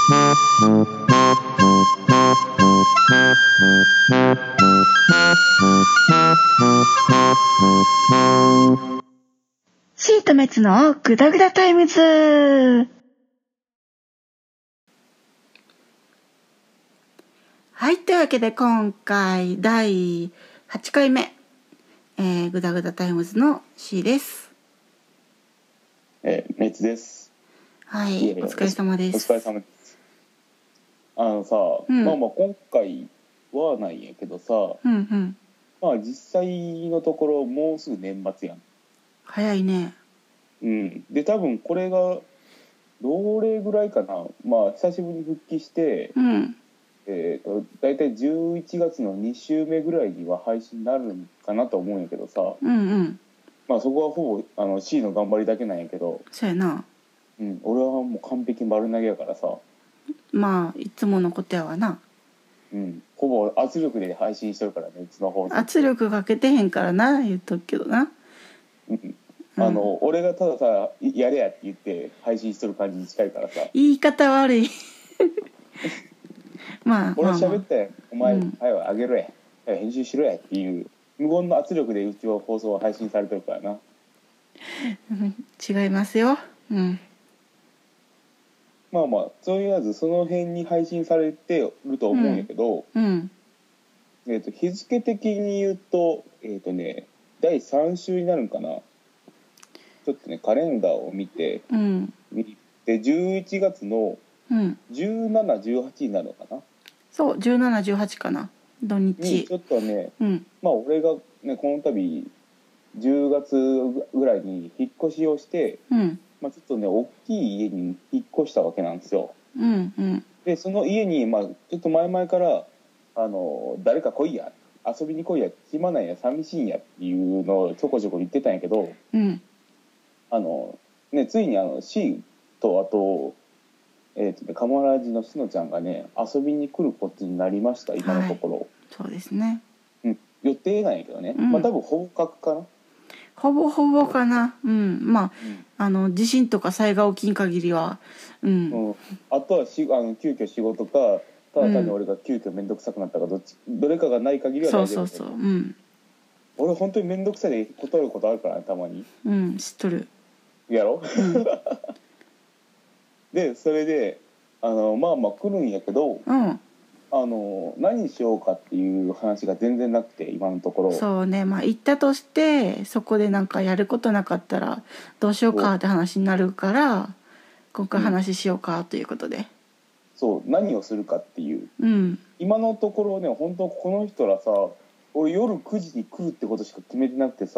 シートメツのグダグダタイムズ。はい、というわけで今回第8回目、グダグダタイムズの C です。 メツです。 はい、お疲れ様です。 お疲れ様です。さ、まあ今回はないんやけどさ、まあ実際のところもうすぐ年末やん。早いね。 で多分これがどれぐらいかな。まあ久しぶりに復帰して、だいたい11月の2週目ぐらいには配信になるんかなと思うんやけどさ、まあそこはほぼC の頑張りだけなんやけど、 そうやな。 俺はもう完璧丸投げやからさ、 まあいつものことやわな。 ほぼ圧力で配信してるからね、うちの方。 圧力かけてへんからな、言っとくけどな。 俺がたださやれやって言って配信してる感じに近いからさ。 言い方悪い。 まあ俺喋ったやん、お前、早くあげろや、編集しろやっていう無言の圧力でうちは放送は配信されてるからな。 違いますよ。 まあまあそういうやつその辺に配信されてると思うんやけど、日付的に言うと第3週になるんかな。ちょっとねカレンダーを見て、で11月の17、18になるのかな。 そう、17、18かな、土日にちょっとね、まあ俺がねこの度10月ぐらいに引っ越しをして、まあ、ちょっとね大きい家に引っ越したわけなんですよ。でその家に、まあ、ちょっと前々から誰か来いや、遊びに来いや、暇なんや、寂しいんやっていうのをちょこちょこ言ってたんやけど、ついにC とあとカモラジのしのちゃんがね遊びに来ることになりました、今のところ。 そうですね。 予定なんやけどね、まあ多分ほぼ確かな。 ほぼほぼかな。まあ、地震とか災害起きん限りは、 あとは急遽仕事か、ただ単に俺が急遽面倒くさくなったか、どれかがない限りは大丈夫だけど。俺本当に面倒くさいで断ることあるからね、たまに。 知っとるやろ。でそれでまあまあ来るんやけど、何しようかっていう話が全然なくて、今のところ。 そうね、まあ行ったとしてそこでなんかやることなかったらどうしようかって話になるから、今回話しようかということで、 そう何をするかっていう、今のところね、本当この人らさ、俺夜9時に来るってことしか決めてなくてさ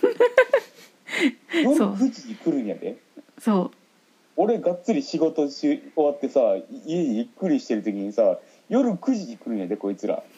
夜9時に来るんやで。 そう俺がっつり仕事し終わってさ、家にゆっくりしてる時にさ、夜9時に来るんやでこいつら。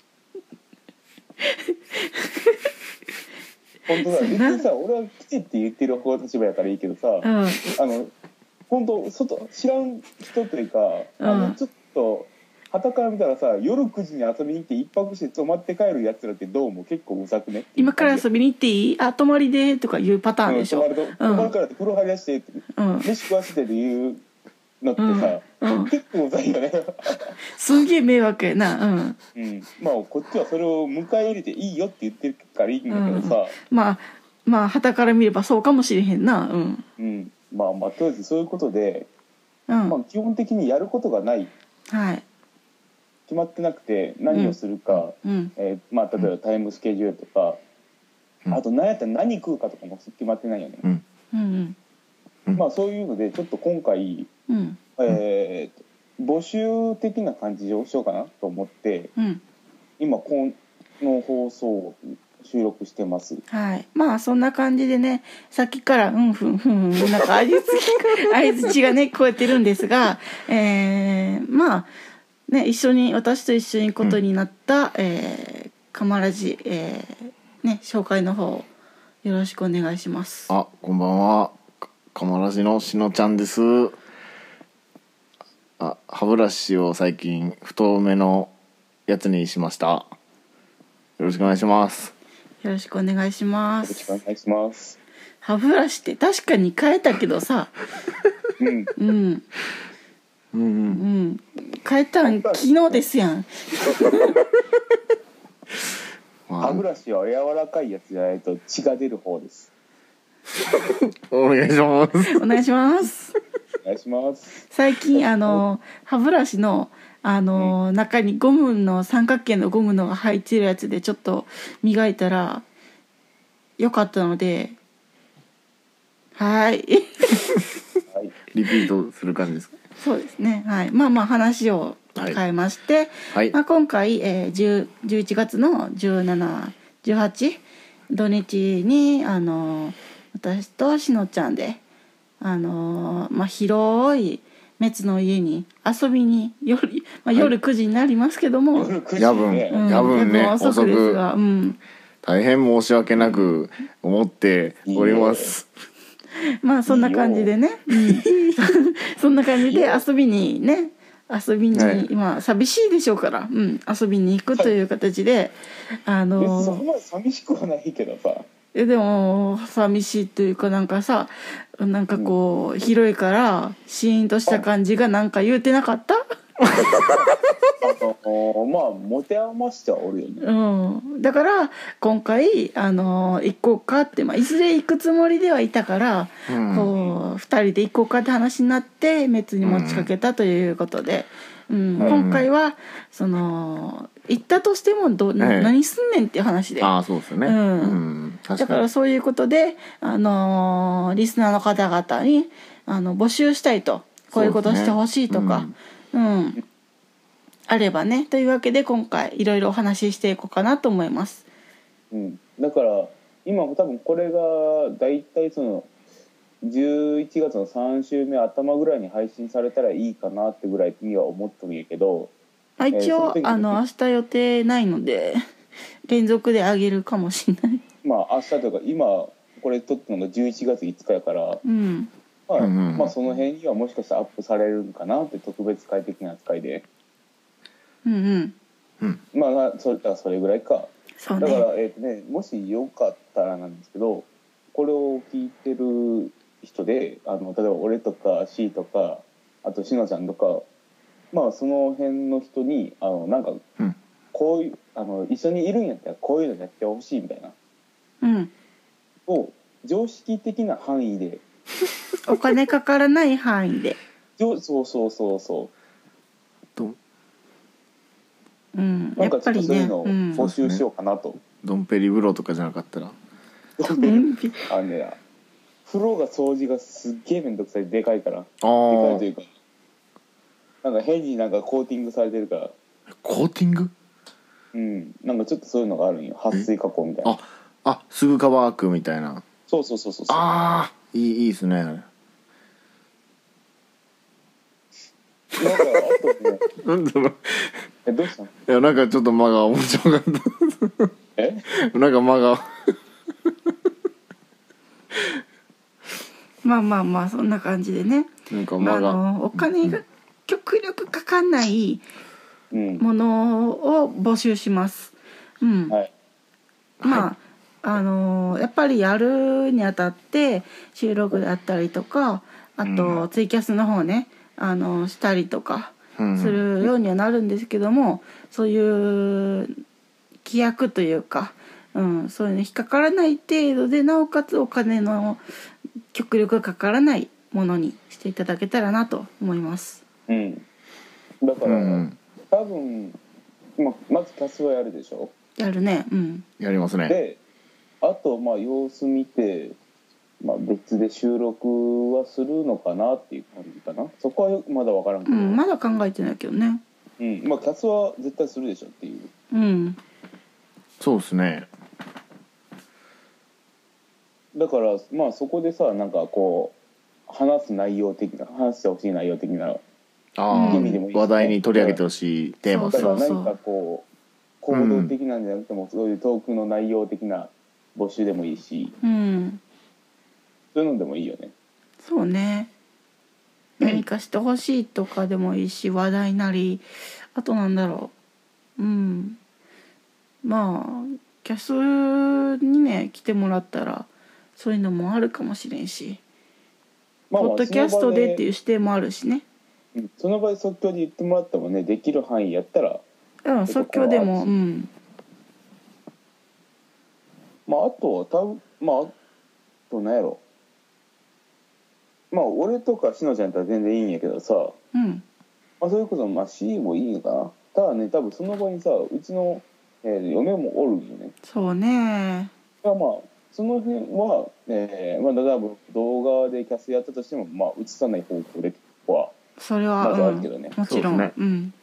本当だ、別にさ俺は来てって言ってる方立場やからいいけどさ、本当知らん人というか、ちょっと傍から見たらさ、夜9時に遊びに行って一泊して泊まって帰るやつらってどうも結構うざくね。 今から遊びに行っていい？泊まりでとかいうパターンでしょ。 泊まるからって風呂入らしてって、飯食わせてっていうのってさ、結構うざいよね。 すんげえ迷惑やな。 まあこっちはそれを迎え入れていいよって言ってるからいいんだけどさ、 まあ傍から見ればそうかもしれへんな。 まあとりあえずそういうことで、まあ基本的にやることがない、決まってなくて何をするか、まあ例えばタイムスケジュールとか、あと何やったら何食うかとかも決まってないよね。まあそういうのでちょっと今回、募集的な感じをしようかなと思って、今この放送を収録してます。まあそんな感じでね、さっきからなんか相づちがね聞こえてるんですが、まあね、私と一緒にことになった、カマラジ、紹介の方よろしくお願いします。 こんばんは、カマラジのしのちゃんです。歯ブラシを最近太めのやつにしました。よろしくお願いします。 よろしくお願いします。 よろしくお願いします。 歯ブラシって確かに変えたけどさ帰ったん昨日ですやん。 歯ブラシは柔らかいやつじゃないと血が出る方です。 お願いします。 お願いします。 お願いします。 最近歯ブラシの中にゴムの三角形のゴムのが入ってるやつでちょっと磨いたら良かったので、はい。 リピートする感じですか。 そうですね。はい。まあ話を変えまして、 はい、 今回、11月の17、18土日に私としのちゃんで広いメツの家に遊びに夜9時になりますけども、 夜分ね、遅くですが、大変申し訳なく思っております。 まあそんな感じでね、そんな感じで遊びに、今寂しいでしょうから、遊びに行くという形で、 そこまで寂しくはないけどさ。 でも寂しいというかなんかさ、なんかこう広いからシーンとした感じがなんか言うてなかった？ 持て余してはおるよね。 だから今回行こうかって、いずれ行くつもりではいたから、こう2人で行こうかって話になってメッツに持ちかけたということで、今回はその行ったとしても何すんねんっていう話で、 そうですね。 だからそういうことでリスナーの方々に募集したいと、こういうことしてほしいとか、あればね、というわけで今回いろいろお話ししていこうかなと思います。 だから今多分これがだいたいその11月の3週目頭ぐらいに配信されたらいいかなってぐらいには思ってもいいけど、 一応明日予定ないので連続で上げるかもしれない。 明日というか今これ撮ったのが11月5日やから、その辺にはもしかしたらアップされるのかなって、特別会的な扱いで。それぐらいか。だからもしよかったらなんですけど、これを聞いてる人で例えば俺とか C とかあとしのちゃんとか、その辺の人になんかこういう一緒にいるんやったらこういうのやってほしいみたいな、を常識的な範囲でお金かからない範囲でなんかちょっとそういうのを募集しようかなと。 ドンペリ風呂とかじゃなかったら風呂が掃除がすっげえめんどくさい、でかいから、でかいというかなんか変になんかコーティングされてるから。 コーティング？ なんかちょっとそういうのがあるんよ、撥水加工みたいな。 すぐ乾くみたいな。 そう。 いいですね。 なんかあとねなんだろう。 どうしたの？ いやなんかちょっと間が面白かった。なんか間がそんな感じでね。 なんか間がお金が極力かかんないものを募集します。やっぱりやるにあたって収録だったりとか、あとツイキャスの方ねしたりとかするようにはなるんですけども、そういう規約というか、そういうの引っかからない程度で、なおかつお金の極力かからないものにしていただけたらなと思います。 だから、多分まずキャスはやるでしょ。 やるね。 やりますね。 であと様子見て、別で収録はするのかなっていう感じかな。そこはまだ分からんけど、 まだ考えてないけどね。 キャスは絶対するでしょっていう。 そうですね。 だからそこでさ、なんかこう話してほしい内容的な意味でもいいし、 話題に取り上げてほしいテーマだから何かこう行動的なんじゃなくても、そういうトークの内容的な募集でもいいし、そういうのでもいいよね。そうね。 何かしてほしいとかでもいいし、話題なり、あとなんだろう、キャスにね来てもらったらそういうのもあるかもしれんし、ポッドキャストでっていう指定もあるしね。 その場合即興で言ってもらってもね、できる範囲やったら即興でもまああとはあと何やろ、まあ俺とかしのちゃんとは全然いいんやけどさ、まあ、それこそまあ C もいいのかな。ただね、多分その場にさ、うちの、嫁もおるんよね。 そうね。 まあその辺は、まあ、例えば動画でキャスやったとしても、まあ、映さない方向ではそれはまずあるけどね、 もちろん、 ね、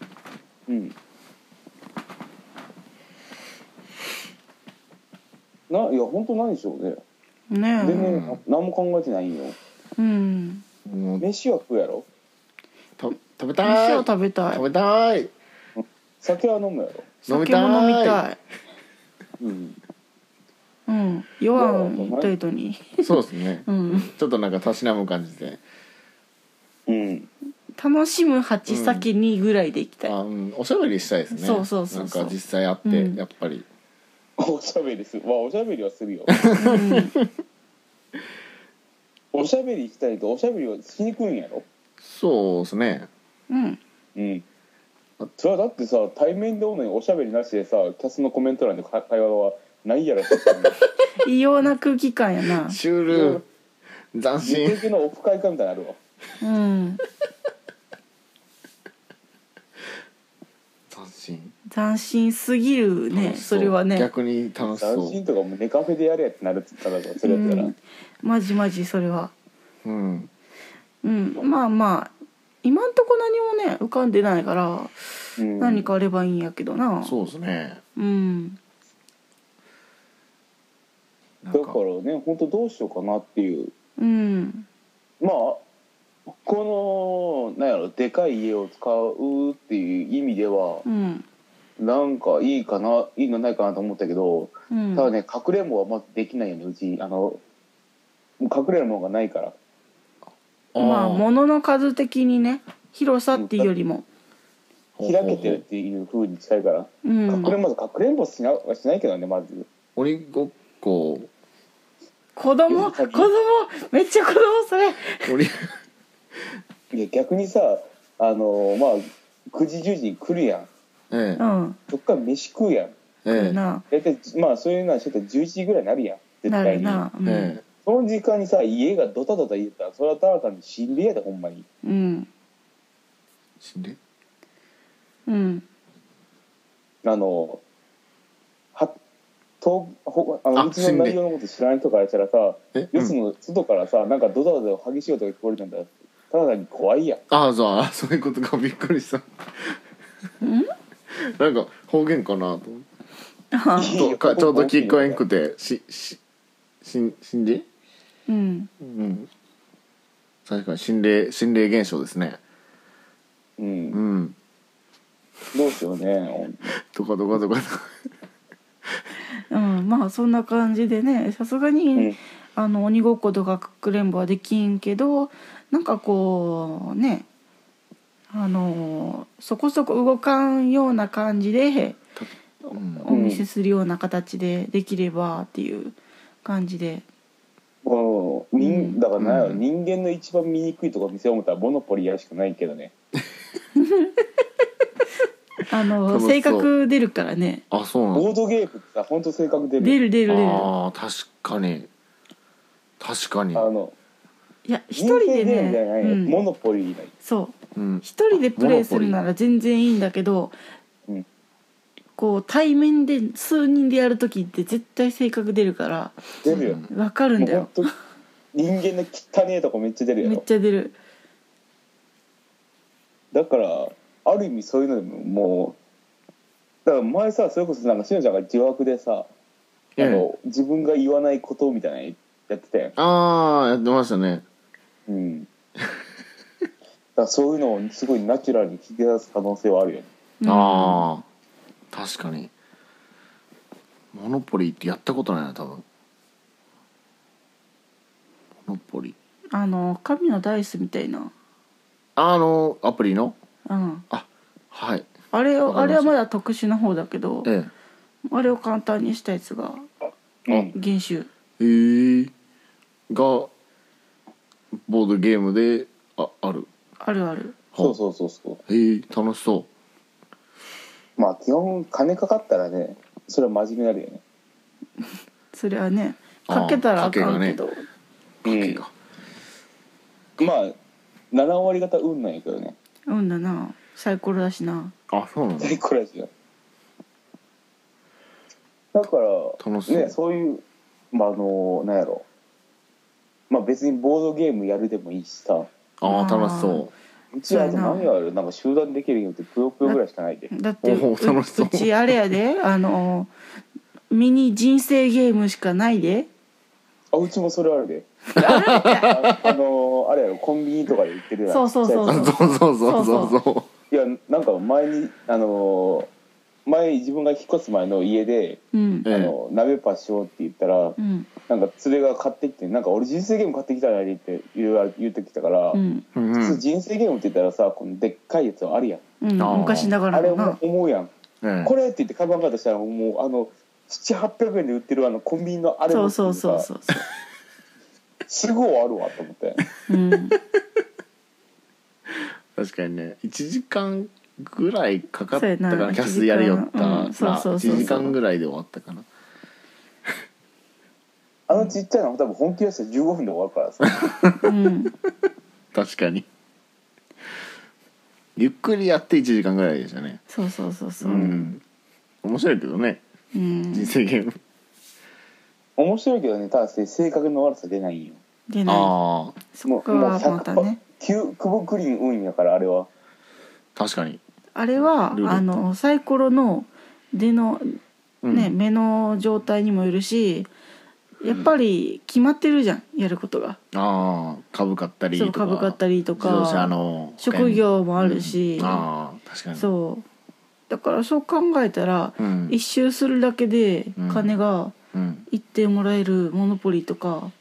いや本当何でしょうね。全然何も考えてないんよ。飯は食うやろ。 食べたい。 飯は食べたい。 食べたい。 酒は飲むやろ。 酒も飲みたい。弱ん程度に。 そうですね。ちょっとなんかたしなむ感じで。 楽しむ8酒2ぐらいでいきたい。 おしゃべりしたいですね。そうなんか実際会ってやっぱり。 おしゃべりする。おしゃべりはするよ。おしゃべりしたいとおしゃべりはしにくいんやろ。 そうですね。 それはだってさ、対面でおるのにおしゃべりなしでさ、キャスのコメント欄で会話はないやろ。 異様な空気感やな。 シュール斬新。 無敵のオフ会かみたいなのあるわ。 斬新すぎるね。それはね。 逆に楽しそう。 斬新とかもネカフェでやれやってなるって言ったらそれやったら。 マジそれは。まあまあ今んとこ何もね浮かんでないから、何かあればいいんやけどな。 そうですね。 だからね、本当どうしようかなっていう。まあこのなんやろ、でかい家を使うっていう意味では、なんかいいのないかなと思ったけど、ただね、かくれんぼはまずできないよね、うち。もう隠れるものがないから。 まあ物の数的にね、広さっていうよりも開けてるっていう風に近いから、まずかくれんぼしないけどね。まず鬼ごっこ、 子供めっちゃ子供それ。 いや逆にさ、まあ9時10時に来るやん。そっから飯食うやん。大体まあそういうのはちょっと11時ぐらいになるやん、絶対に。その時間にさ、家がドタドタ言ったら、それはただ単に心霊やで、ほんまに。 心霊？ うちの内容のこと知らない人からしたらさ、よその外からさ、なんかドタドタ激しい音が聞こえるんだ。ただ単に怖いやん。 そういうことか、びっくりした。なんか方言かなと思って。ちょうど聞こえんくて、心霊？確かに心霊現象ですね。 どうしようね。 どかまあそんな感じでね、さすがに、鬼ごっことかかくれんぼはできんけど、なんかこうね、そこそこ動かんような感じでお見せするような形でできればっていう感じで。 だから人間の一番見にくいところ見せよう思ったらモノポリやるしかないけどね。 性格出るからね。 そうなの。 ボードゲームってさ、本当性格出る。 出る。 確かに。 いや一人でね、 モノポリーない。 そう一人でプレイするなら全然いいんだけど、こう対面で数人でやる時って絶対性格出るから。 出るよ。 わかるんだよ。 人間の汚ねえとこめっちゃ出るやろ。 めっちゃ出る。 だからある意味そういうのでももう、だから前さ、それこそなんかしのちゃんが自爆でさ、自分が言わないことみたいなのやってたやん。 やってましたね。 だからそういうのをすごいナチュラルに引き出す可能性はあるよね。 確かに。モノポリーってやったことないな、多分。モノポリ神のダイスみたいなアプリのはい。 あれはまだ特殊な方だけど、あれを簡単にしたやつが原種がボードゲームである。 そうそうそうそう。 楽しそう。 まあ基本金かかったらね、それは真面目になるよね。 それはね、かけたらあかんけど、 かけが、 まあ7割方運なんやけどね。 運だな、サイコロだしな。 あ、そうなんだ。 サイコロだしな。だから楽しそうね、そういうまあなんやろ、まあ別にボードゲームやるでもいいしさ。 楽しそう。 うちは何がある、なんか集団できるよってぷよぷよぐらいしかないで。 だってうちあれやで、ミニ人生ゲームしかないで。 うちもそれあるで。あれやろ、コンビニとかで売ってるやん。 そういや、なんか前に自分が引っ越す前の家で、鍋パしようって言ったら、なんか連れが買ってきて、なんか俺人生ゲーム買ってきたらって言ってきたから、普通人生ゲームって言ったらさ、このでっかいやつあるやん、 昔ながらのな、 あれ思うやん、これって言ってカバン買ったしたらもう700-800円で売ってるコンビニのあれもそうすごいあるわと思って、 確かにね、1時間ぐらいかかったかな、キャスやりよったら1時間ぐらいで終わったかな。 ちっちゃいの多分本気出して15分で終わるからさ、 確かにゆっくりやって1時間ぐらいでしたね。 そう、 面白いけどね、人生ゲーム面白いけどね、ただ性格の悪さ出ないんよ。 出ない。そこはまたね、 久保クリーン運やから。あれは確かに、 あれはサイコロの出のね、目の状態にもよるし、やっぱり決まってるじゃん、やることが。 株買ったりとか、 株買ったりとか、 自動車の職業もあるし、 確かにそうだからそう考えたら、一周するだけで金が一定もらえるモノポリとか、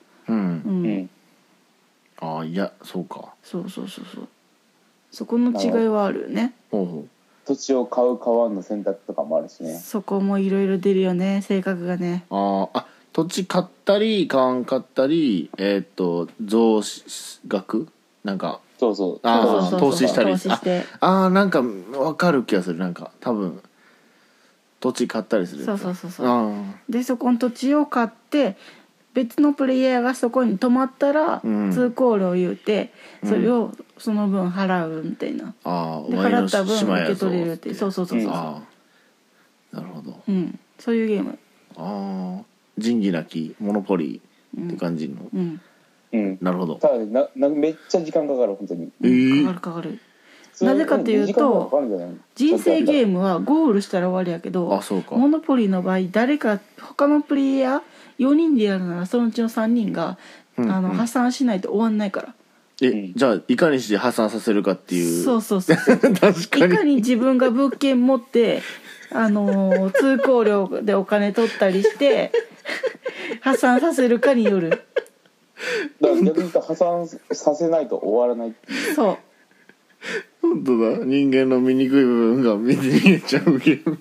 いや、そうか、 そうそこの違いはあるよね。 土地を買う買わんの選択とかもあるしね。 そこもいろいろ出るよね、性格がね。 土地買ったり買わんかったり、増額なんか、投資したり、なんか分かる気がする。なんか多分土地買ったりする。 でそこの土地を買って、別のプレイヤーがそこに泊まったら、通行料を言うて、それをその分払うみたいな。で払った分受け取れるって。そうなるほど。 そういうゲーム。 仁義なきモノポリーって感じの。なるほど。 ただめっちゃ時間かかる、本当に。 かかる。なぜかというと、人生ゲームはゴールしたら終わりやけど、モノポリーの場合、誰か他のプレイヤー4人でやるなら、そのうちの3人が破産しないと終わんないから。 じゃあいかにして破産させるかっていう。 そう確かに。いかに自分が物件持って通行料でお金取ったりして破産させるかによる。 だから逆に言うと破産させないと終わらないっていう。 そう、 本当だ、人間の醜い部分が見えちゃうゲーム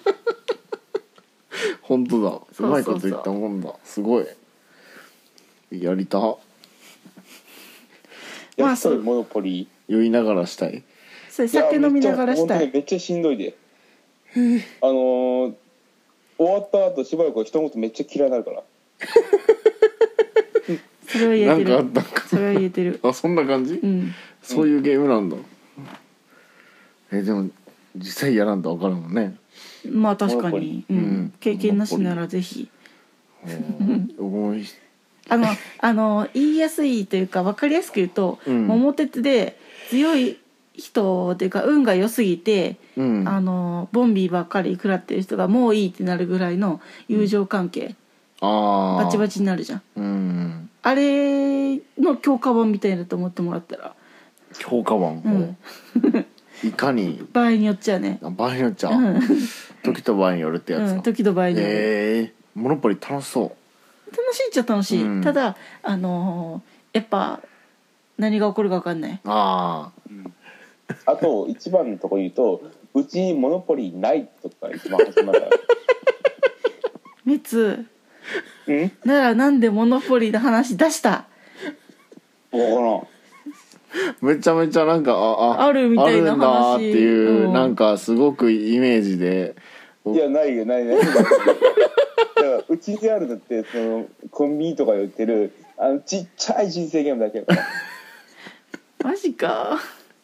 本当だ、うまいこと言ったもんだ。すごいやりた。 そうモノポリー酔いながらしたい。 それ酒飲みながらしたい。 めっちゃしんどいで。終わった後しばらく一言めっちゃ嫌いになるからそれは言えてる。 なんかあったんか。 それは言えてる。 そんな感じ、そういうゲームなんだ。でも実際やらんと分かるもんね。 まあ確かに、経験なしならぜひ言いやすいというか分かりやすく言うと、桃鉄で強い人っていうか運が良すぎて、ボンビーばっかり食らってる人がもういいってなるぐらいの友情関係、バチバチになるじゃん、あれの強化版みたいだと思ってもらったら。 強化版、いかに場合によっちゃね。 場合によっちゃ、時と場合によるってやつか。 時と場合による。 モノポリ楽しそう。 楽しいっちゃ楽しい、ただやっぱ何が起こるか分かんない。 あと一番のとこ言うと、うちにモノポリーないとか一番始まるからメツならなんでモノポリーの話出した。 分からんめちゃめちゃなんかあるみたいな話あるんだっていう、なんかすごくイメージで。 いやないよないだからうちにあるのってそのコンビニとかで売ってるちっちゃい人生ゲームだけだからマジか。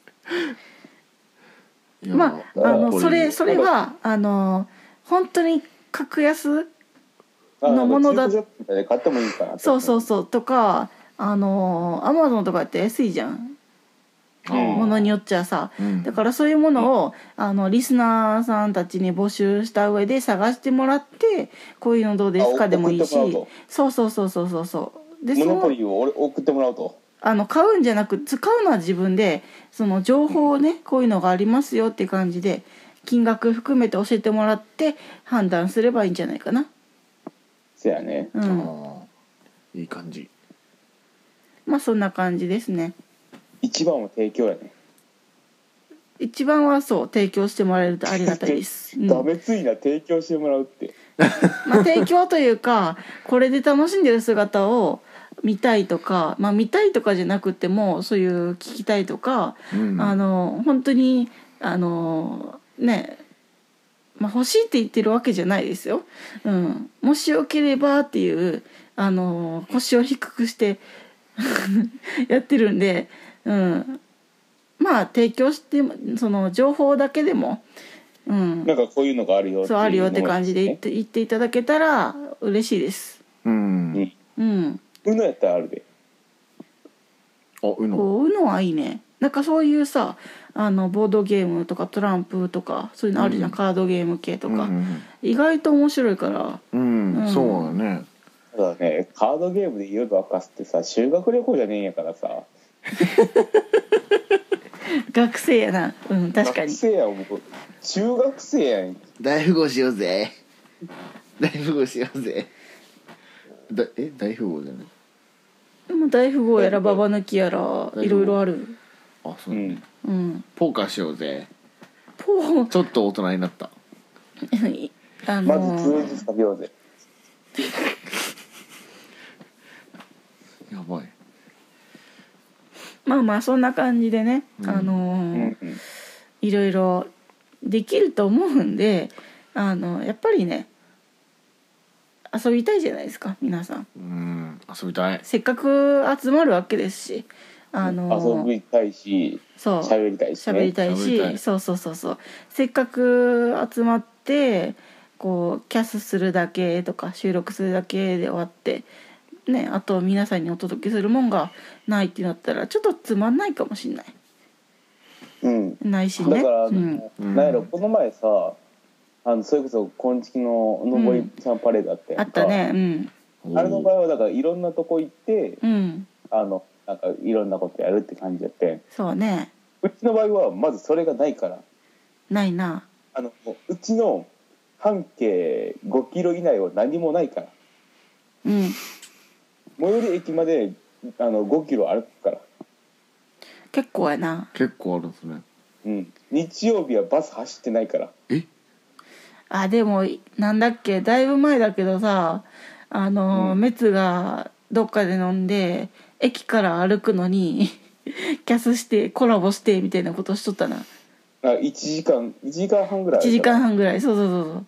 まあそれは本当に格安のものだ。 中古ショップみたいで買ってもいいかな。 そうとかアマゾンとかって安いじゃん。ものによっちゃさ、だからそういうものをリスナーさんたちに募集した上で探してもらってこういうのどうですかでもいいし、そうでモノポリーを送ってもらうと買うんじゃなく使うのは自分でその情報をねこういうのがありますよって感じで金額含めて教えてもらって判断すればいいんじゃないかな。 そやね、 いい感じ。 まあそんな感じですね。 一番は提供やね。 一番はそう提供してもらえるとありがたいです。 ダメついな提供してもらうって。 まあ提供というかこれで楽しんでる姿を見たいとか、まあ見たいとかじゃなくてもそういう聞きたいとか、本当にね、まあ欲しいって言ってるわけじゃないですよ。もしよければっていう腰を低くしてやってるんで。まあ提供してその情報だけでも、 なんかこういうのがあるよってそうあるよって感じで言っていただけたら嬉しいです。 UNO やったらあるで。 UNO はいいね。なんかそういうさボードゲームとかトランプとかそういうのあるじゃん、カードゲーム系とか、意外と面白いから。 そうだね。 ただねカードゲームで夜明かすってさ修学旅行じゃねえんやからさ。 学生やな。確かに。 学生やん僕中学生やん。 大富豪しようぜ。大富豪しようぜ。大富豪じゃない。 でも大富豪やらババ抜きやらいろいろある。 あそうね。ポーカーしようぜ。ちょっと大人になった。 まず数字下げようぜ。 やばい。 まあまあそんな感じでね、いろいろできると思うんでやっぱりね遊びたいじゃないですか皆さん。 遊びたい。 せっかく集まるわけですし遊びたいし喋りたいし、ね、 喋りたいしそうせっかく集まってこうキャスするだけとか収録するだけで終わってね、あと皆さんにお届けするもんがないってなったらちょっとつまんないかもしれない、ないしね。 だから、なんやろこの前さそれこそ金色ののぼりさんパレードあってあったね。 あれの場合はだからいろんなとこ行って、なんかいろんなことやるって感じやって。 そうね。 うちの場合はまずそれがないから。 ないな。 うちの半径5キロ以内は何もないから。最寄り駅まで5キロ歩くから。 結構やな。 結構あるんですね。 日曜日はバス走ってないから。 でもなんだっけだいぶ前だけどさメツがどっかで飲んで駅から歩くのにキャスしてコラボしてみたいなことしとったな。 1時間半ぐらい。 1時間半ぐらいそう。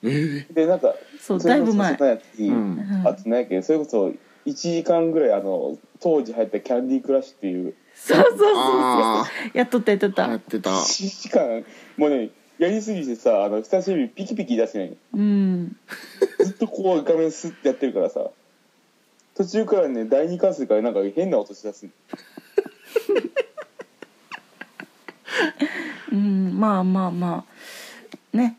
でなんかそうだいぶ前。 あと何やっけそれこそ1時間ぐらい当時流行ったキャンディークラッシュっていうそうやっとったやってた 1時間もうねやりすぎてさ人差し指ピキピキ出してないずっとこう画面スッてやってるからさ途中からね第二関数からなんか変な音しだすまあね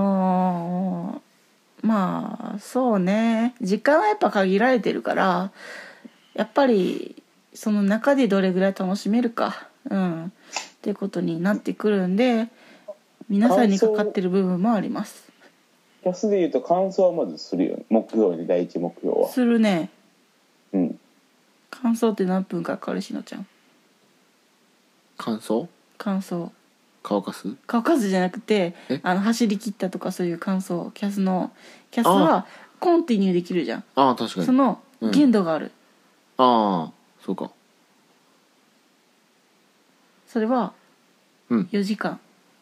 まあそうね時間はやっぱ限られてるからやっぱりその中でどれぐらい楽しめるかっていうことになってくるんで皆さんにかかってる部分もあります。 キャスでいうと感想はまずするよね。目標に第一目標はするね。感想って何分かかるしのちゃん。 感想乾かすじゃなくて走り切ったとかそういう感想。キャスはコンティニューできるじゃん。 確かにその限度がある。 そうか。 それは4時間、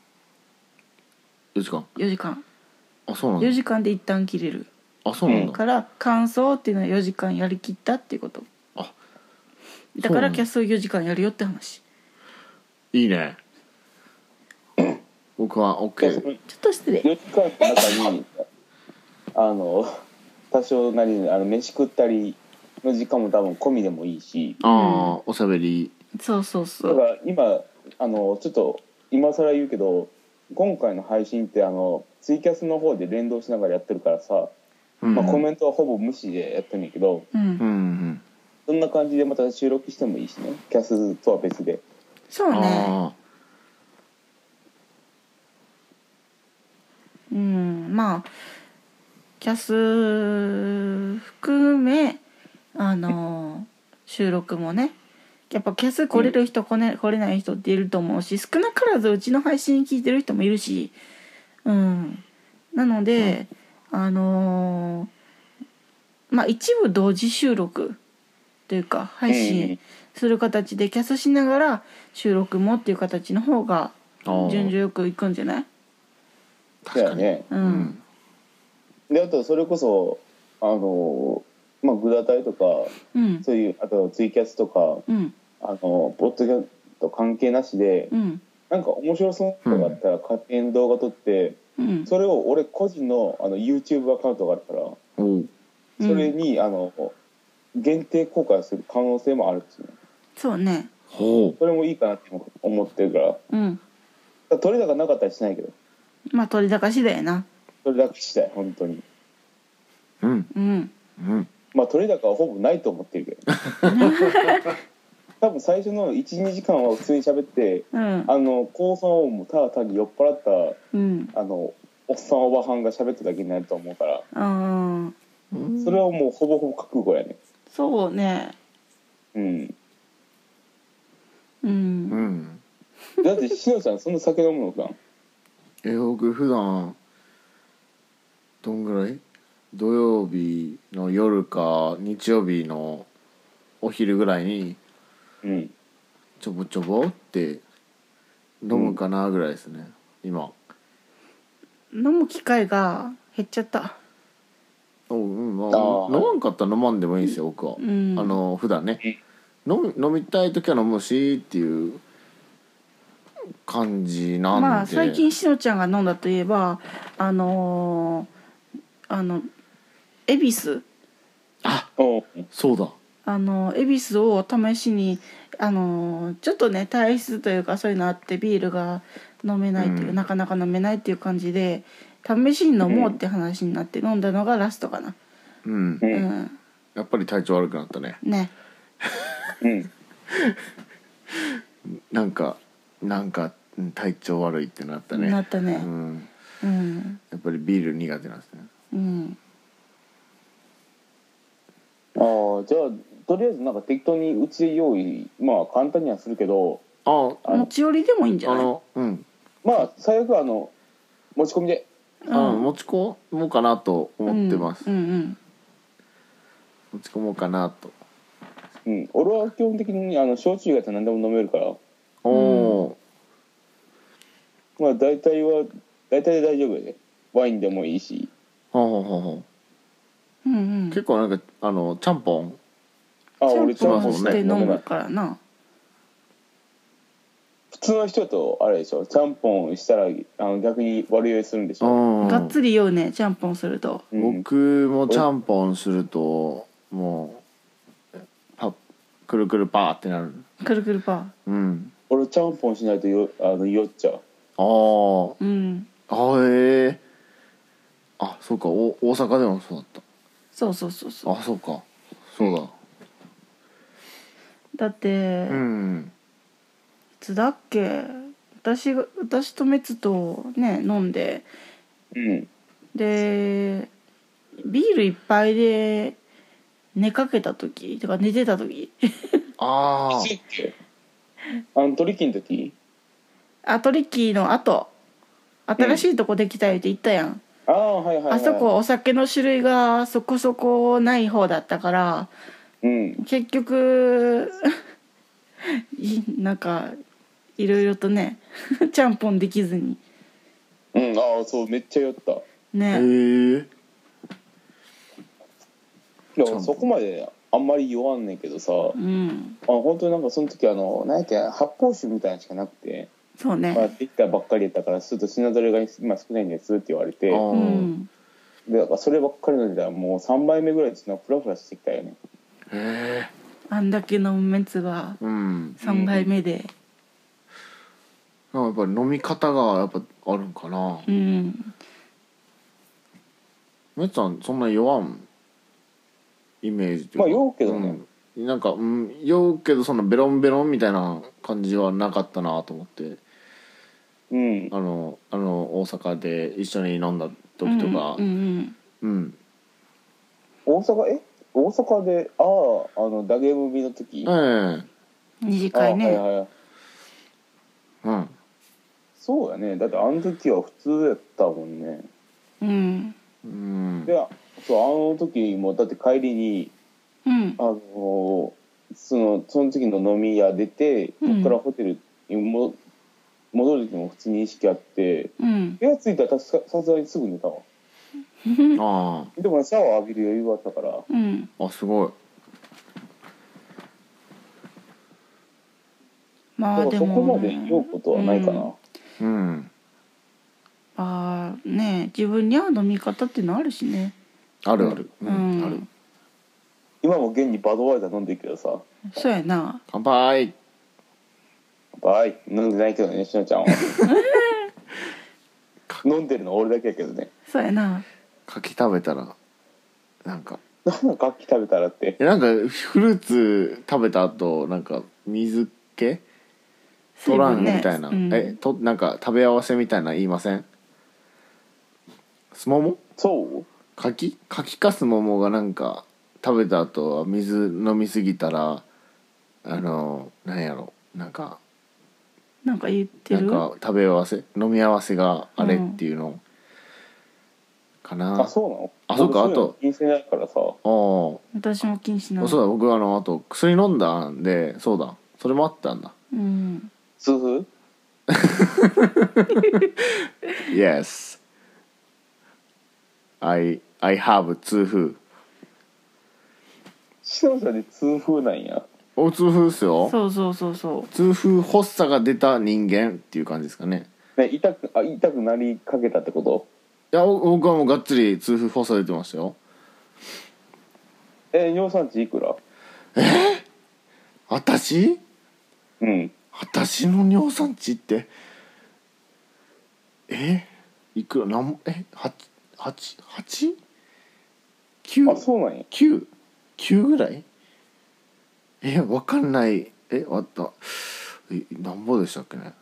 4時間 4時間あ、そうなんだ。 4時間で一旦切れる。 あ、そうなんだ。 から完走っていうのは4時間やりきったっていうこと。 あ、 だからキャスを4時間やるよって話。 いいね。僕は OK。 ちょっと失礼。 4時間の中に多少なり飯食ったりの時間も多分込みでもいいし。 ああ、おしゃべり。 そうそうそう。 だから今ちょっと今更言うけど、今回の配信ってツイキャスの方で連動しながらやってるからさ、まあ、コメントはほぼ無視でやってるんだけど、そんな感じでまた収録してもいいしね、キャスとは別で。 そうね。まあキャス含め収録もね、やっぱキャス来れる人、来れない人っていると思うし、少なからずうちの配信聞いてる人もいるし、なので、まあ一部同時収録というか配信する形でキャスしながら収録もっていう形の方が順序よくいくんじゃない？ 確かにね。であとそれこそまあグダタイとか、そういうあとツイキャスとか、ポッドキャスト関係なしで、なんか面白そうなのがあったら勝手に動画撮って、それを俺個人のYouTube アカウントがあるから、それに限定公開する可能性もあるんですよね。 そうね。 それもいいかなって思ってるから。取れ高なかったりしないけど。 まあ取れ高次第やな。 取れ高次第本当に。まあ取れ高はほぼないと思ってるけど。多分最初の 1,2 時間は普通に喋って、高三音もただ単に酔っ払った、おっさんおばはんが喋っただけになると思うから、それはもうほぼほぼ覚悟やね。 そうね。 だってしのちゃんそんな酒飲むのか？ 僕普段どんぐらい？土曜日の夜か日曜日のお昼ぐらいにちょぼちょぼって飲むかなぐらいですね、今。 飲む機会が減っちゃった。 まあ、飲まんかったら飲まんでもいいですよ僕は。普段ね、飲みたい時は飲むしっていう感じなんで。 まあ最近しのちゃんが飲んだといえば恵比寿。 そうだ。 恵比寿を試しにちょっとね体質というかそういうのあってビールが飲めないっていう、なかなか飲めないっていう感じで試しに飲もうって話になって飲んだのがラストかな。 やっぱり体調悪くなったね。なんか体調悪いってなったね。 なったね。 やっぱりビール苦手なんですね。 じゃあとりあえずなんか適当にうちで用意、まあ簡単にはするけど、 持ち寄りでもいいんじゃない？ まあ最悪持ち込みで、 持ち込もうかなと思ってます。持ち込もうかなと。 俺は基本的に焼酎以外だと何でも飲めるから。まあ大体で大丈夫で、ワインでもいいし。 結構なんかちゃんぽん。 俺ちゃんぽんして飲むからな。 普通の人とあれでしょ、ちゃんぽんしたら逆に悪酔いするんでしょ。 がっつり酔うね、ちゃんぽんすると。 僕もちゃんぽんするともうくるくるパーってなる。 くるくるパー。俺ちゃんぽんしないと酔っちゃう。 そうか、大阪でもそうだった。 そうそうか、そうだ。 だっていつだっけ、私とメツとね飲んで、でビールいっぱいで寝かけた時とか寝てた時トリッキーの時、 トリッキーの後新しいとこできたよって言ったやん。あそこお酒の種類がそこそこない方だったから、結局なんかいろいろとねちゃんぽんできずに。 うん、ああそうめっちゃ酔ったね。 でもそこまであんまり酔わんねんけどさ、うん、本当になんかその時何やっけ発泡酒みたいなのしかなくて、 そうね、 できたばっかりやったからちょっと品ぞれが今少ないんですって言われて、うん、でだからそればっかり飲んでたらもう3杯目ぐらいでフラフラしてきたよね。 へえ。あんだけ飲むメンツが3杯目で、 やっぱり飲み方がやっぱあるんかな。うん。メッツさんそんな酔わんイメージというか。 まあ酔うけどね。 なんか、酔うけどそんなベロンベロンみたいな感じはなかったなと思って。うん。大阪で一緒に飲んだ時とか。うん大阪でダゲームビの時。 二次会ね。 はいはい。うん。そうやね。だってあの時は普通やったもんね。うん。で、そうの時もだって帰りに、うん、その時の飲み屋出て、ここからホテルに戻る時も普通に意識あって、うん、部屋着いたらさすがにすぐ寝たわ。ああ。でもシャワー浴びる余裕があったから。 うん。あ、すごい。 まあでもそこまで酔うことはないかな。うん。 ね自分に合う飲み方っていうのあるしね。 あるある。うん。ある。 今も現にバドワイザー飲んでるけどさ。 そうやな。 乾杯。 乾杯。飲んでないけどね、しのちゃんは。飲んでるの俺だけやけどね。 そうやな。 柿食べたらなんか。 なんか柿食べたらって。 なんかフルーツ食べた後なんか水気取らんみたいな、なんか食べ合わせみたいな言いません？すもも？ そう？ 柿かすももがなんか食べた後は水飲みすぎたらなんやろなんか言ってる？ なんか食べ合わせ飲み合わせがあれっていうのかな。 あ、そうなの？ あ、そうか。あと気にしてないからさ。 私も気にしない。 そうだ、僕あと薬飲んだんで、そうだ、それもあったんだ。うん。 痛風？ Yes. I have 痛風。 しのちゃんで痛風なんや。 お、痛風っすよ。 そう。 痛風発作が出た人間っていう感じですかね。 ね、痛くなりかけたってこと？ いや、僕はもうがっつり痛風発作出てましたよ。 尿酸値いくら？ 私？ うん。 私の尿酸値っていくら8？ 9？ あ、そうなんや。 9ぐらい？わかんない。なんぼでしたっけね。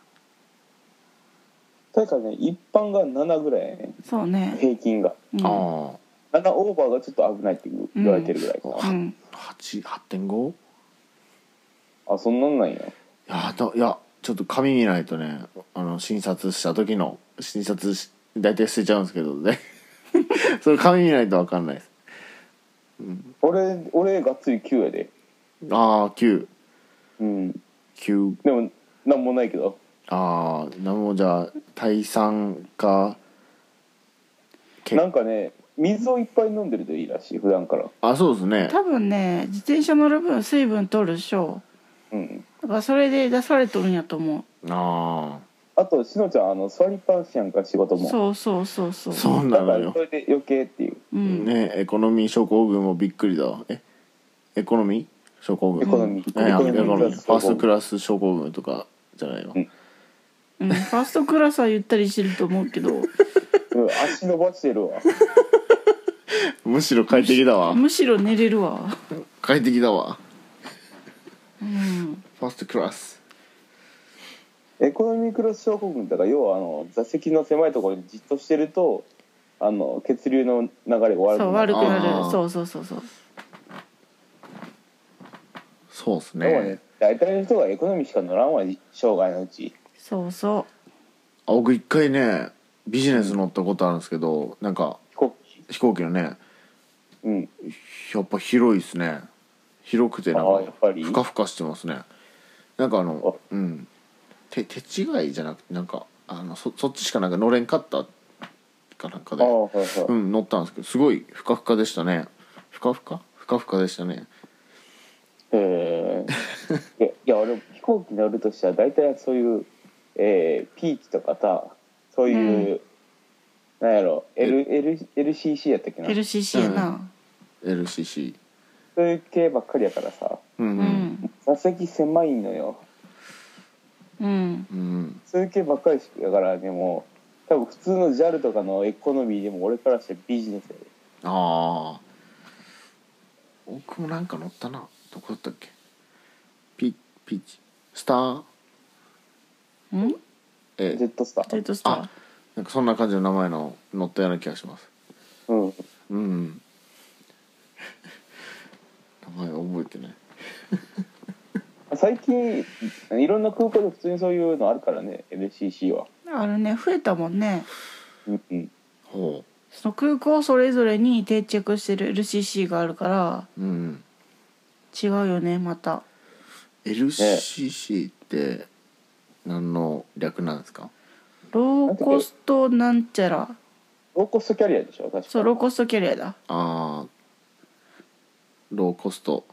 確かね、一般が7ぐらいやね。 そうね。 平均が。7オーバーがちょっと危ないって言われてるぐらいかな。 8.5？ あ、そんなんなんや。 いやちょっと紙見ないとね、診察した時の大体捨てちゃうんですけどね。それ紙見ないと分かんないです。 うん、俺がっつり9やで。 ああ、9。 うん。 9。 でもなんもないけど。 なんもじゃあ退酸か。 なんかね、水をいっぱい飲んでるといいらしい、普段から。 あ、そうですね。 多分ね、自転車乗る分水分取るでしょ。うん。だからそれで出されとるんやと思う。 あとしのちゃん座りっぱなしやんか、仕事も。 そうそうなのよ。 それで余計っていう、 ね。エコノミー諸島軍もびっくりだわ。エコノミー諸島軍、エコノミーファーストクラス諸島軍とかじゃないの、 ファーストクラスはゆったりしてると思うけど足伸ばしてるわ。 むしろ快適だわ。 むしろ寝れるわ。 快適だわ。ファーストクラス。 エコノミークラス症候群だから、要は座席の狭いところにじっとしてると血流の流れが悪くなる。 そうそうですね。 大体の人がエコノミーしか乗らんわ、生涯のうち。 そう僕一回ねビジネス乗ったことあるんですけど、なんか飛行機のね、やっぱ広いですね。広くてなんかふかふかしてますね。なんか手違いじゃなくてなんかそっちしかなんか乗れんかったかなんかで、 はいはい、 乗ったんですけどすごいふかふかでしたね。ふかふかでしたね。 いや俺飛行機乗るとしたら大体そういう、ピーチとかさそういう、なんやろ LCC やったっけな LCC やな、 LCC そういう系ばっかりやからさ、座席狭いのよ。そういう系ばっかりやからでも多分普通の JAL とかのエコノミーでも俺からしてビジネスやで。 ああ僕もなんか乗ったな。どこだったっけ。ピーチスタージェットスターなんかそんな感じの名前の乗ったような気がします。名前覚えてない最近いろんな空港で普通にそういうのあるからね LCC はあるね。増えたもんね。 ほう。 その空港それぞれに定着してる LCC があるから、違うよねまた。 LCC って何の略なんですか。 ローコストなんちゃら。 ローコストキャリアでしょ確か。 そうローコストキャリアだ。 ローコスト、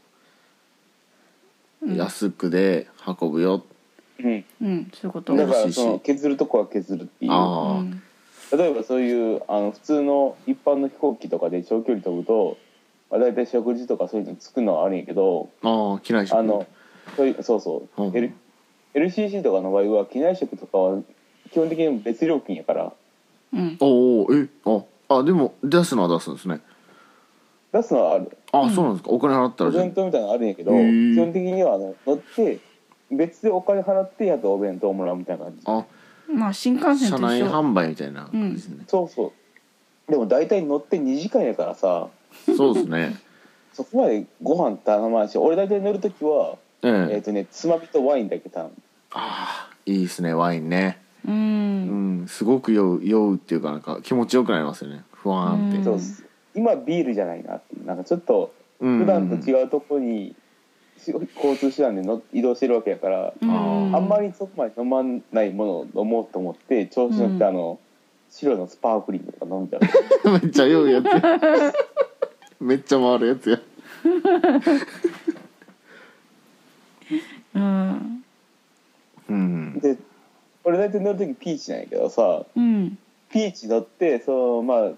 安くで運ぶよ。 そういうこと。 だからその削るとこは削るっていう。例えばそういう普通の一般の飛行機とかで長距離飛ぶと、だいたい食事とかそういうのつくのはあるんやけど、 機内食そう、LCC とかの場合は機内食とかは基本的に別料金やから。 でも出すのは出すんですね。 出すのはある。 そうなんですか。お金払ったらお弁当みたいなのあるんやけど、基本的には乗って別でお金払ってやっとお弁当をもらうみたいな感じ。 まあ新幹線と一緒。 車内販売みたいな感じですね。 そうでも大体乗って2時間やからさ。 そうですね。 そこまでご飯頼まないし、俺大体乗るときはつまみとワインだけ頼む。 いいですねワインね。すごく酔うっていうかなんか気持ちよくなりますよね。ふわーんって。 そう今ビールじゃないなっていうなんかちょっと普段と違うところに交通手段で移動してるわけやから、あんまりそこまで飲まないものを飲もうと思って調子乗って白のスパークリングとか飲んじゃう。 めっちゃ酔うやつや。めっちゃ回るやつや。 で俺大体乗るときピーチなんやけどさ、ピーチ乗ってその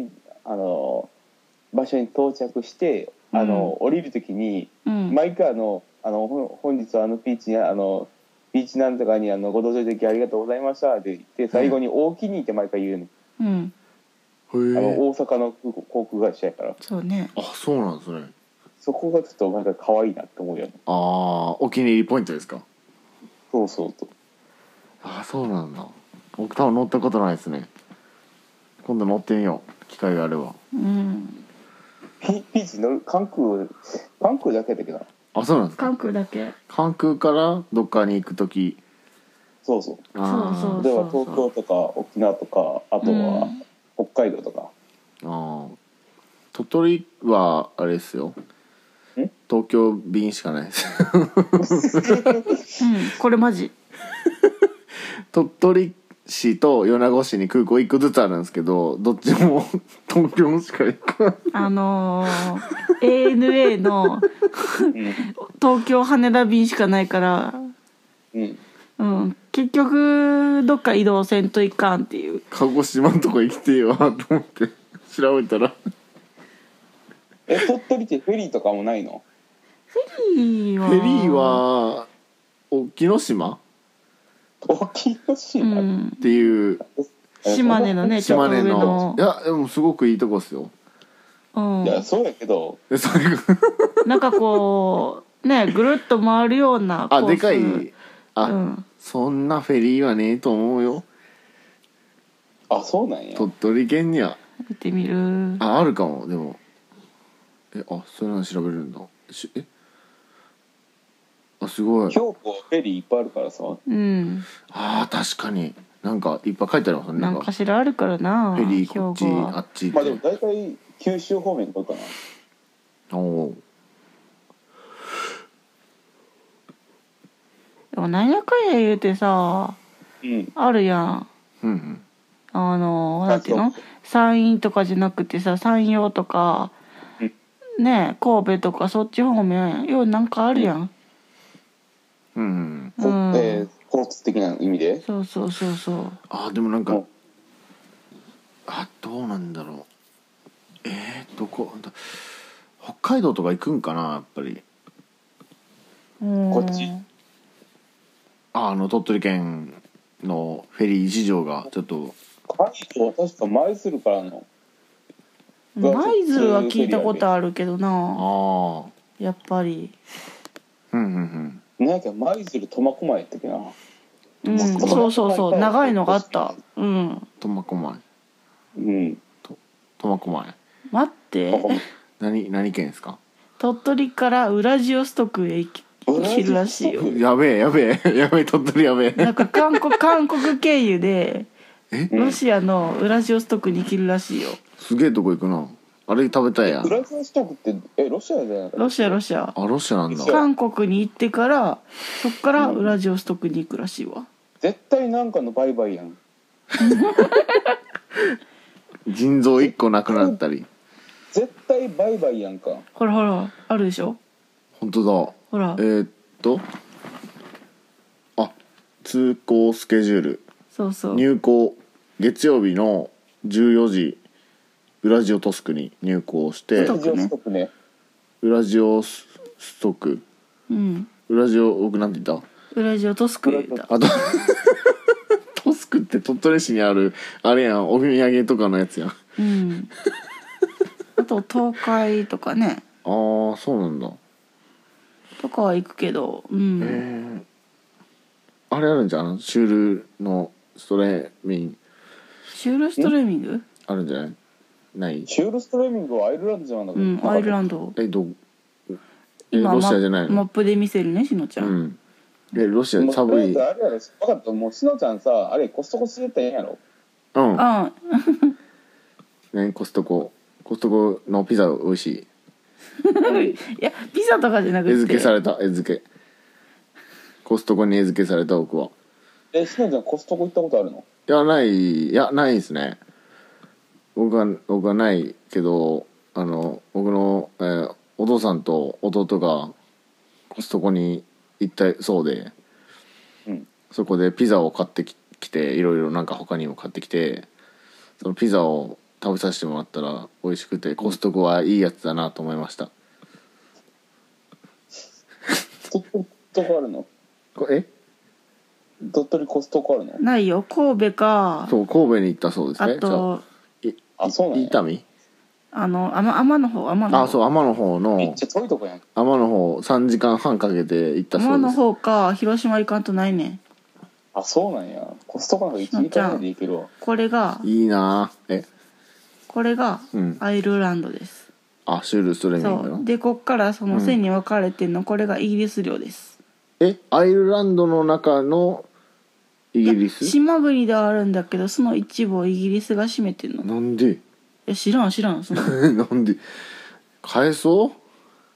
場所に到着して、降りるときに、毎回本日はピーチにピーチなんとかにご搭乗いただきありがとうございましたって言って最後に大きにって毎回言うの。大阪の航空会社やから。 そうね。 そうなんですね。 そこがちょっとなんか可愛いなって思うよね。 お気に入りポイントですか。 そう。 そうなんだ。僕多分乗ったことないですね。今度乗ってみよう機会があれば。 ピーチ乗る関空だけだけどな。 そうなんですか。 関空だけ。 関空からどっかに行くとき。 そう。では東京とか沖縄とかあとは北海道とか。 鳥取はあれですよ。東京便しかないです。 これマジ。 鳥取市と米子市に空港1個ずつあるんですけど、どっちも東京しか行かない。 ANA の東京羽田便しかないから、結局どっか移動せんといかんっていう。 鹿児島のとこ行きてえよと思って調べたら鳥取ってフェリーとかもないの？ フェリーは沖ノ島っていう島根のね、 島根の、いやでもすごくいいとこですよ。 いやそうやけどなんかこうねぐるっと回るようなコース。 でかい。そんなフェリーはねえと思うよ。 そうなんや。 鳥取県には見てみる。 あるかも。でもそういうの調べるんだ。すごい。 兵庫フェリーいっぱいあるからさ。 確かになんかいっぱい書いてありますね。 なんかしらあるからな。 フェリーこっちあっち。 でも大体九州方面とかな。 でも何やかんや言うてさ、あるやん。なんていうの、山陰とかじゃなくてさ、山陽とか、ね、神戸とかそっち方面ようなんかあるやん。 スポーツ的な意味で。 そう。 でもなんか、どうなんだろう。どこ北海道とか行くんかな、やっぱり。 こっち。 鳥取県のフェリー事情がちょっと。 確か舞鶴からの。 舞鶴は聞いたことあるけどな。やっぱり。 なんやっけ、舞鶴苫小牧やったっけな。 そう長いのがあった。 苫小牧。苫小牧。 待って。 何県ですか？ 鳥取からウラジオストクへ行けるらしいよ。 やべえ鳥取やべえ。 なんか韓国経由でロシアのウラジオストクに行けるらしいよ。 すげえとこ行くな。あれ食べたいやん。 ウラジオストクってロシアじゃないか。 ロシア。 ロシアなんだ。 韓国に行ってからそっからウラジオストクに行くらしいわ。 絶対なんかの売買やん。 腎臓1個なくなったり。 絶対売買やんか。 ほらあるでしょ。 本当だ。 ほら。 通行スケジュール。 そう。 入港月曜日の14時ウラジオトスクに入港して。 ウラジオストクね。 ウラジオストク。ウラジオ僕なんて言った？ ウラジオトスク言った。 トスクって鳥取市にあるあれやん、お土産とかのやつやん。 あと東海とかね。 そうなんだ。 とかは行くけど。 あれあるんじゃん、シュールのストレーミング。 シュールストレーミング？ あるんじゃない？ない？ シュールストレーミングはアイルランドじゃなかった？ アイルランド。 今ロシアじゃないの？ マップで見せるね、しのちゃん。 ロシア寒い。 あれやろ、分かった。もうしのちゃんさ、あれコストコしてったらええんやろ。 コストコのピザ美味しい。 いやピザとかじゃなくて。 餌付けされた。コストコに餌付けされた僕は。 しのちゃんコストコ行ったことあるの？ ないですね。僕はないけど、僕の、お父さんと弟がコストコに行ったそうで、そこでピザを買ってきて、いろいろなんか他にも買ってきて、そのピザを食べさせてもらったら美味しくて、コストコはいいやつだなと思いました。 コストコあるの？鳥取コストコあるの？ ないよ、神戸か。 そう、神戸に行ったそうですね。 あとそうなんや。 伊丹？ 天の方。 そう、天の方の。 めっちゃ遠いとこやん。 天の方3時間半かけて行ったそうです。 天の方か、広島行かんとないねん。 そうなんや。コストコなんか1時間で行けるわ。 これがいいな。 これがアイルランドです。 シュールストレミングの。 そうで、こっからその線に分かれてんの、これがイギリス領です。 アイルランドの中のイギリス？ 島国ではあるんだけど、その一部をイギリスが占めてんの。 なんで？ 知らんそのなんで返そう？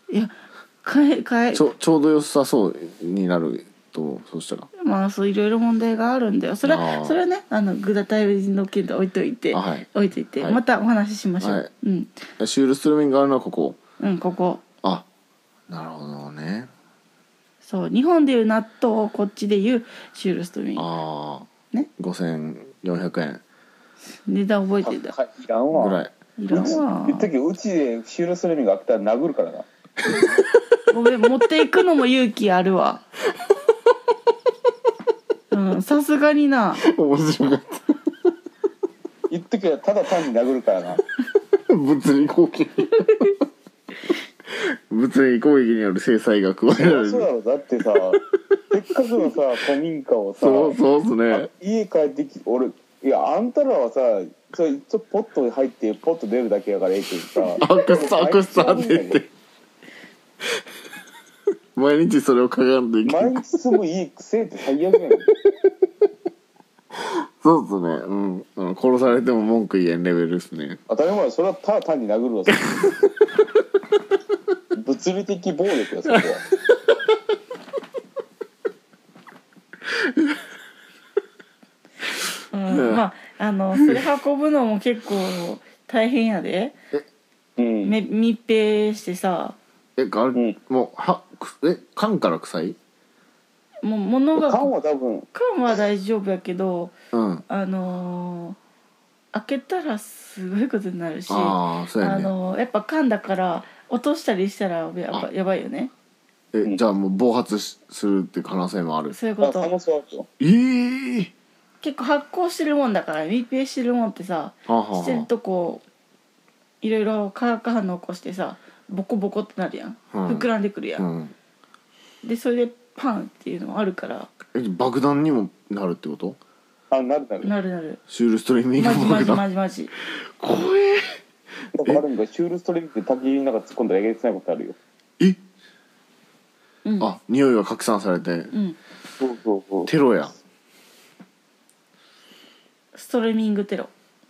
いやちょうど良さそうになると、そうしたらそういろいろ問題があるんだよ。それはね、グダタイの件で置いといて、またお話ししましょう。 シュールストレミングがあるのはここ。 ここ。 なるほどね。 そう、日本でいう納豆、こっちでいうシュールストレミング。ね。 5400円。 値段覚えてた。 いらんわ。 ぐらい。 いらんわ。 うちでシュールストレミングあったら殴るからな。 ごめん、持っていくのも勇気あるわ。さすがにな。 面白かった。 言っときゃただ単に殴るからな。 物理攻撃による制裁が加えられる。 そうだろ。だってさ、せっかくのさ古民家をさ、 そうっすね。 家帰ってあんたらはさ、それ一応ポットに入ってポット出るだけやからええけどさ、 アクスタって言って毎日それをかがんでいく。 毎日住む家くせえって最悪やん。 そうっすね。殺されても文句言えんレベルですね。 当たり前。それはただ単に殴るわ。物理的暴力よ、それは。 それ運ぶのも結構大変やで。密閉してさ。 もう缶から臭い？ もう物が缶は多分。 缶は大丈夫やけど、 うん、 開けたらすごいことになるし、 そうやね、 やっぱ缶だから落としたりしたらやばいよね。 じゃあもう暴発するっていう可能性もある。 そういうこと。結構発酵してるもんだから密閉してるもんってさ、してるとこういろいろ化学反応起こしてさボコボコってなるやん、膨らんでくるやん、でそれでパンっていうのもあるから。 爆弾にもなるってこと？ なる。 シュールストリーミング爆弾。 マジ怖え。 シュールストリーミングって焚き火の中突っ込んだらえげつないことあるよ。 匂いが拡散されて、そうテロや。 ストリーミングテロ。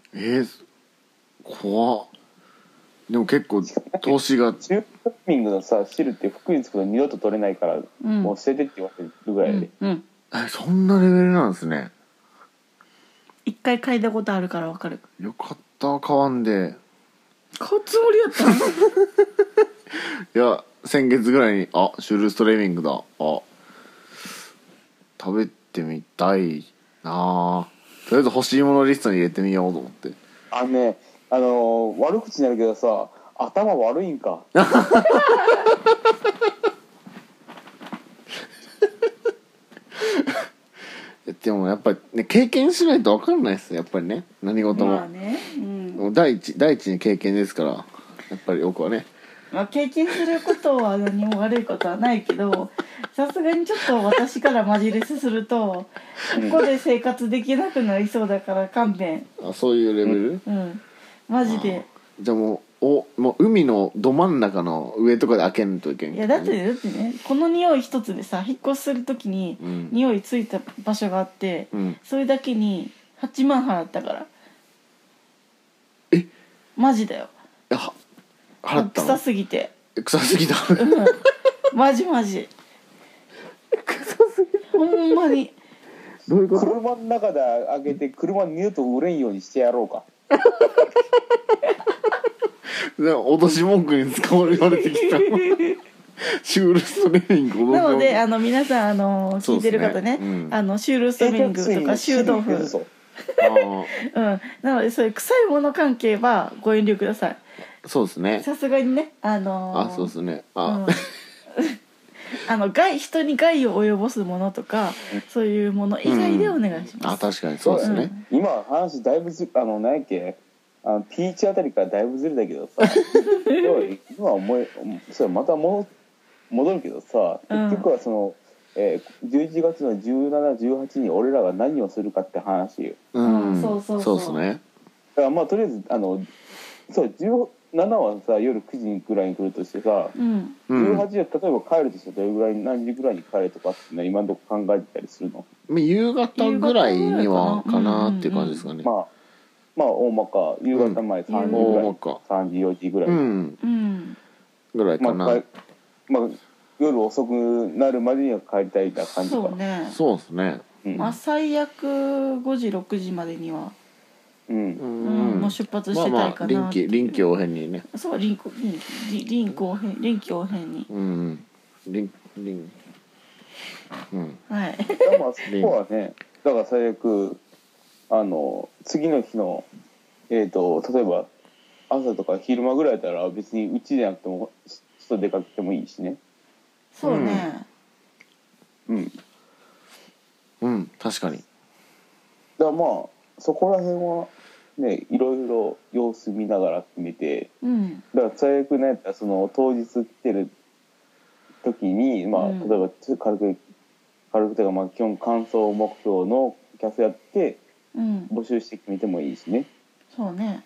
怖っ。でも結構投資がシュールストリーミングのさ汁って服につくと二度と取れないから、もう捨ててって言われるぐらいで、 そんなレベルなんですね。 一回嗅いだことあるから分かる。 よかった買わんで。 買うつもりやったの？ いや先月ぐらいにシュールストリーミングだ、食べてみたいな。とりあえず欲しいものリストに入れてみようと思って。 悪口になるけどさ、頭悪いんか。 でもやっぱりね経験しないと分かんないですやっぱりね、何事も。 まあね、 もう第一に経験ですからやっぱり僕はね。 経験することは何も悪いことはないけど、さすがにちょっと私からマジレスするとここで生活できなくなりそうだから勘弁。 そういうレベル？ マジで。 じゃあもう海のど真ん中の上とかで開けんといけん。 いやだってね、この匂い一つでさ引っ越しする時に匂いついた場所があって、それだけに8万払ったから。マジだよ。 払ったの？ 臭すぎて。 臭すぎた。 マジ臭すぎほんまに。 どういうこと？車の中で開けて車に二度と売れんようにしてやろうか。 脅し文句に使われてきた。シュールストリーミング。 なので皆さん聞いてる方ね、シュールストリーミングとか臭豆腐なのでそういう臭いもの関係はご遠慮ください。 そうですね。 さすがにねそうですね。 人に害を及ぼすものとかそういうもの以外でお願いします。 確かにそうですね。 今話だいぶ何やっけピーチあたりからだいぶずれたけどさ今それまた戻るけどさ、結局はその、11月の17、18に俺らが何をするかって話。 そうですね。 だからまあとりあえず17はさ夜9時ぐらいに来るとしてさ、18で例えば帰るとしたらどれぐらい何時ぐらいに帰るとかっていうのは今のとこ考えてたりするの？ 夕方ぐらいにはかなっていう感じですかね。 まあ大まか夕方前3時ぐらい、3時4時ぐらい、ぐらいかな。夜遅くなるまでには帰りたいな感じか。 そうですね。 最悪5時6時までにはもう出発してたいかな。 臨機応変にね。 そう臨機応変に。はい。 まあそこはね、だから最悪次の日の例えば朝とか昼間ぐらいだったら別にうちじゃなくても外出かけてもいいしね。 そうね。 確かに。 だからまあそこら辺はねいろいろ様子見ながら決めて、だから最悪ねその当日来てる時に例えば軽くというか基本完走目標のキャスやって募集して決めてもいいしね。 そうね。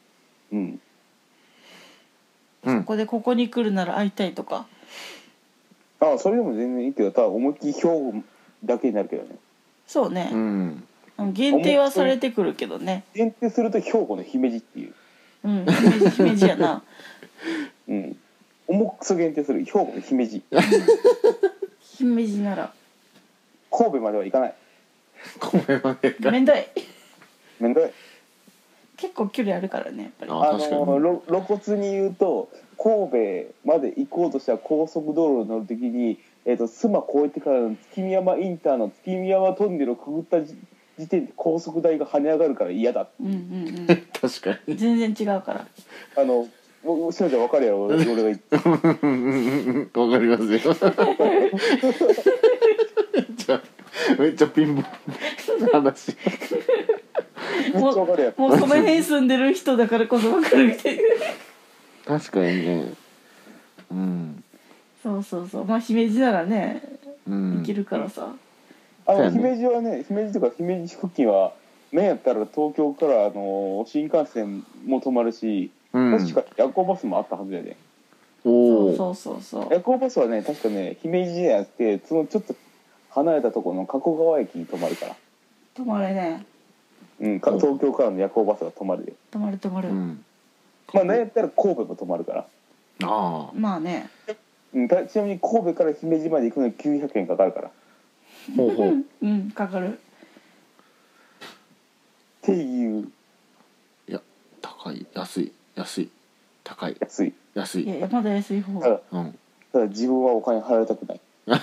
そこでここに来るなら会いたいとか。 それでも全然いいけど、ただ思いっきり兵庫だけになるけどね。 そうね。限定はされてくるけどね。 限定すると兵庫の姫路っていう。 姫路やな。 重くそ限定する兵庫の姫路。 姫路なら。 神戸までは行かない。 神戸までめんどい。 めんどい。 結構距離あるからね、やっぱり。 露骨に言うと、神戸まで行こうとした高速道路に乗るときに、須磨越えてからの月見山インターの月見山トンネルをくぐった時点で高速代が跳ね上がるから嫌だ。 確かに。 全然違うから。 もうしのちゃん分かるやろ、俺が言って。分かりますよ。めっちゃピンポン話。 もうその辺住んでる人だからこそ分かるみたいな。 確かにね。うん。 そうまあ姫路ならね、行けるからさ。 姫路はね、姫路とか姫路付近はなんやったら東京から新幹線も止まるし、確か夜行バスもあったはずやで。 そう夜行バスはね、確かね、姫路じゃなくてそのちょっと離れたところの加古川駅に止まるから。 止まるね。 東京からの夜行バスが止まるで。 止まる。 まあなんやったら神戸も止まるから。 まあね。 ちなみに神戸から姫路まで行くのに900円かかるから。 かかる。 っていう。 いや、高い、安い、高い、安い。 いや、まだ安い方。 ただ自分はお金払いたくない。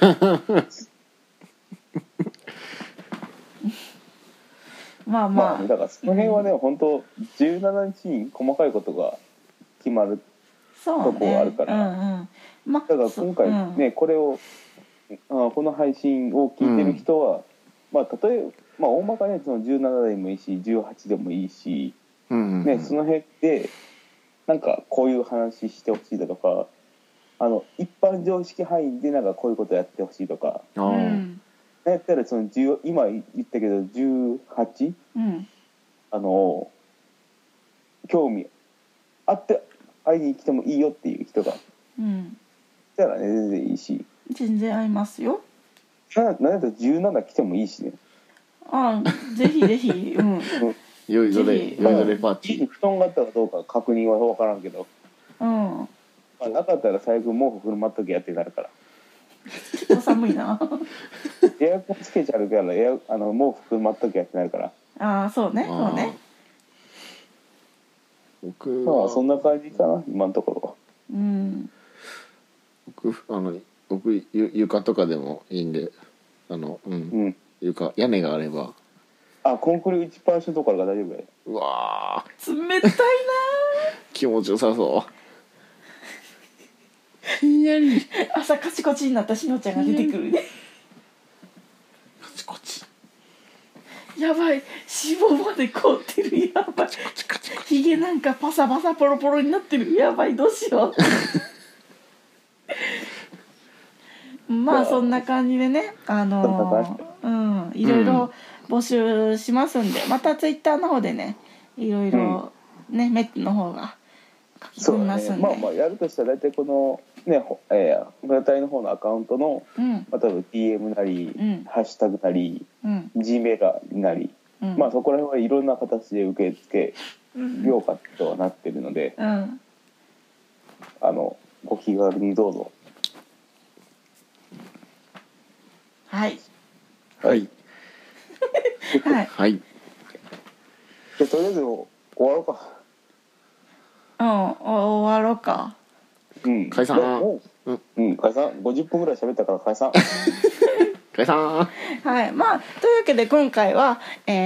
まあだからその辺はね、本当17日に細かいことが決まるとこがあるから。だから今回ね、これをこの配信を聞いてる人は、例えば大まかにその17でもいいし18でもいいし、ね、その辺でなんかこういう話してほしいだとか、一般常識範囲でなんかこういうことやってほしいとか。やったらその今言ったけど18、興味あって会いに来てもいいよっていう人が、したらね全然いいし。 全然会いますよ。 なんやったら17来てもいいしね。 ぜひぜひ。 よいどれパーティー。 布団があったかどうか確認は分からんけど。なかったら最悪毛布振る舞っとけやってなるから。 寒いな。 エアコンつけちゃうから毛布振る舞っとけやってなるから。 そうね。 僕はそんな感じかな今のところ。 僕床とかでもいいんで屋根があれば。 コンクリ打ちっぱなしのところが大丈夫や。 うわ冷たいな。 気持ちよさそう。ひんやり。 朝カチコチになったしのちゃんが出てくるね。 カチコチ。 やばい、脂肪まで凍ってる。やばい。ひげなんかパサパサポロポロになってる。やばい、どうしよう。まあそんな感じでね、いろいろ募集しますんで、またツイッターの方でね、いろいろね、メットの方が書き込みますんで。 やるとしたら大体このね、村隊の方のアカウントの、例えば DM なり、ハッシュタグなり、G メーラーなり、そこら辺はいろんな形で受け付けようかとはなってるので、ご気軽にどうぞ。 はい。 はい。 はい。 じゃとりあえず終わろうか。 終わろうか。 解散。 解散。50分ぐらい喋ったから解散。 解散。 はい。というわけで今回は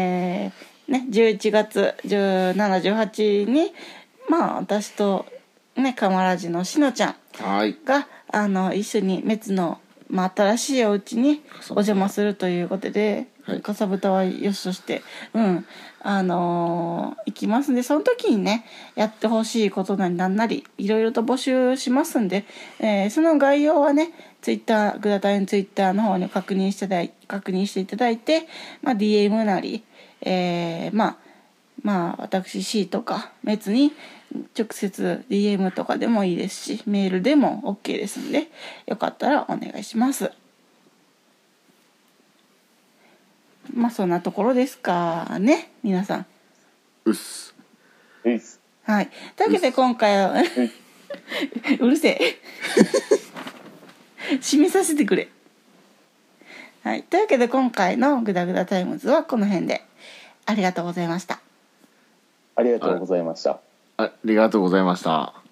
11月17、18に私とねカマラジのしのちゃんが一緒にメツの新しいお家にお邪魔するということで、かさぶたはよしとして行きますんで、その時にねやってほしいことなんなりいろいろと募集しますんで、その概要はねツイッターグダタイのツイッターの方に確認していただいて、DM なり、私 C とかメツに直接 DM とかでもいいですし、メールでも OK ですんで、よかったらお願いします。そんなところですかね、皆さん。はい。というわけで今回はうるせえ締めさせてくれ。はい。というわけで今回のグダグダタイムズはこの辺で、 ありがとうございました。 ありがとうございました。 ありがとうございました。